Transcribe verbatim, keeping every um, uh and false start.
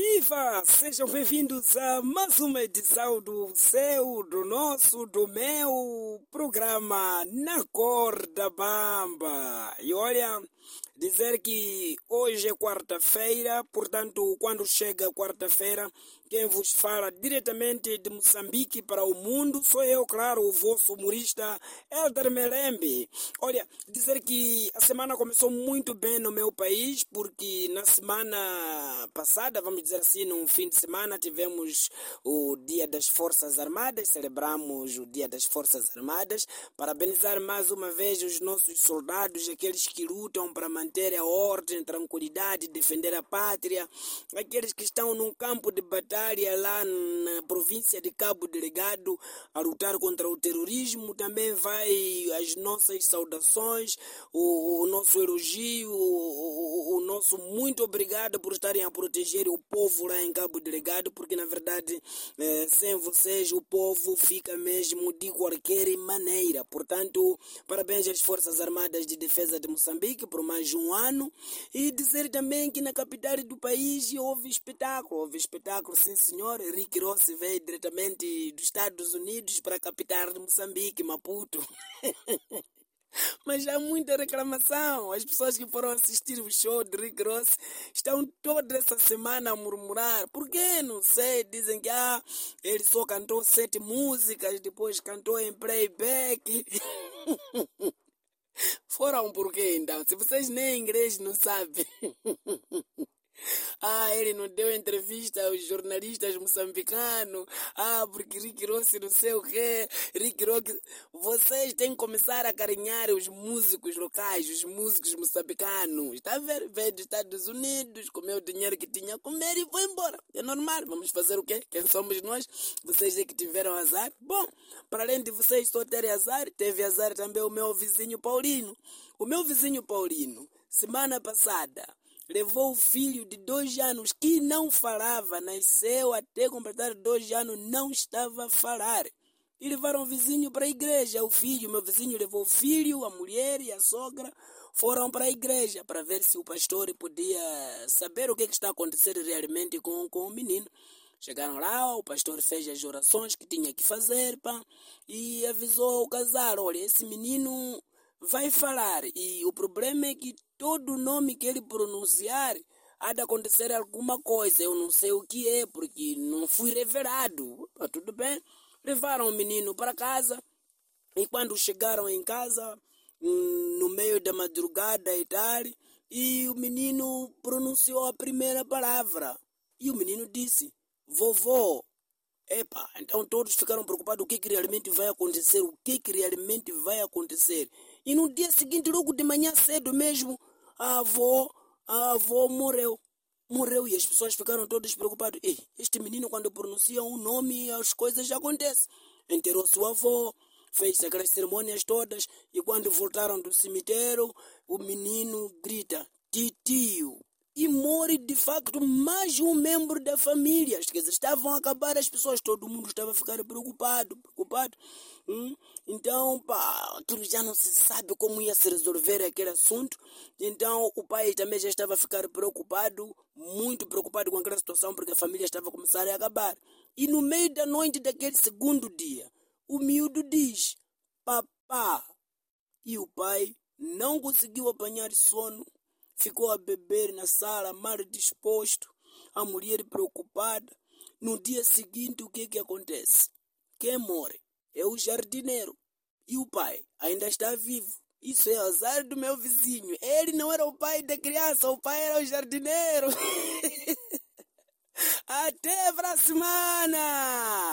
Viva! Sejam bem-vindos a mais uma edição do seu, do nosso, do meu programa Na Corda Bamba. E olha, dizer que hoje é quarta-feira, portanto, quando chega quarta-feira, quem vos fala diretamente de Moçambique para o mundo sou eu, claro, o vosso humorista Elder Melembe. Olha, dizer que a semana começou muito bem no meu país, porque na semana passada, vamos dizer assim, no fim de semana, tivemos o Dia das Forças Armadas, celebramos o Dia das Forças Armadas, parabenizar mais uma vez os nossos soldados, aqueles que lutam para manter a ordem, tranquilidade, defender a pátria, aqueles que estão num campo de batalha lá na província de Cabo Delgado a lutar contra o terrorismo. Também vai as nossas saudações, o, o nosso elogio, o, o, o nosso muito obrigado por estarem a proteger o povo lá em Cabo Delgado, porque na verdade eh, sem vocês o povo fica mesmo de qualquer maneira. Portanto, parabéns às Forças Armadas de Defesa de Moçambique por mais um ano, e dizer também que na capital do país houve espetáculo, houve espetáculo, sim senhor. Rick Ross veio diretamente dos Estados Unidos para a capital de Moçambique, Maputo. Mas há muita reclamação. As pessoas que foram assistir o show de Rick Ross estão toda essa semana a murmurar. Por quê? Não sei. Dizem que ah, ele só cantou sete músicas, depois cantou em playback. Foram por quê então? Se vocês nem inglês não sabem. Ah, ele não deu entrevista aos jornalistas moçambicanos. Ah, porque Rick Ross não sei o quê. Rick Ross... Vocês têm que começar a carinhar os músicos locais, os músicos moçambicanos. Está a ver? Veio dos Estados Unidos, comeu o dinheiro que tinha a comer e foi embora. É normal. Vamos fazer o quê? Quem somos nós? Vocês é que tiveram azar. Bom, para além de vocês só terem azar, teve azar também o meu vizinho Paulino. O meu vizinho Paulino, semana passada, levou o filho de dois anos que não falava, nasceu até completar dois anos, não estava a falar. E levaram o vizinho para a igreja. O filho, meu vizinho levou o filho, a mulher e a sogra, foram para a igreja para ver se o pastor podia saber o que, que está acontecendo realmente com, com o menino. Chegaram lá, o pastor fez as orações que tinha que fazer, pá, e avisou o casal: olha, esse menino vai falar, e o problema é que todo nome que ele pronunciar há de acontecer alguma coisa. Eu não sei o que é, porque não fui revelado. Ah, tudo bem. Levaram o menino para casa, e quando chegaram em casa, no meio da madrugada e tal, e o menino pronunciou a primeira palavra. E o menino disse: vovô. Epa, então todos ficaram preocupados: o que, que realmente vai acontecer, o que, que realmente vai acontecer. E no dia seguinte, logo de manhã cedo mesmo, a avó, a avó morreu. Morreu e as pessoas ficaram todas preocupadas. Ei, este menino, quando pronuncia um nome, as coisas já acontecem. Enterrou sua avó, fez aquelas cerimônias todas, e quando voltaram do cemitério, o menino grita: titio. E morre de facto mais um membro da família. Quer dizer, estavam a acabar as pessoas, todo mundo estava a ficar preocupado, preocupado. Hum? Então, pá, aquilo já não se sabe como ia se resolver aquele assunto. Então, o pai também já estava a ficar preocupado, muito preocupado com aquela situação, porque a família estava a começar a acabar. E no meio da noite daquele segundo dia, o miúdo diz: papá. E o pai não conseguiu apanhar sono. Ficou a beber na sala, mal disposto, a mulher preocupada. No dia seguinte, o que que acontece? Quem morre é o jardineiro. E o pai ainda está vivo. Isso é azar do meu vizinho. Ele não era o pai da criança, o pai era o jardineiro. Até pra semana!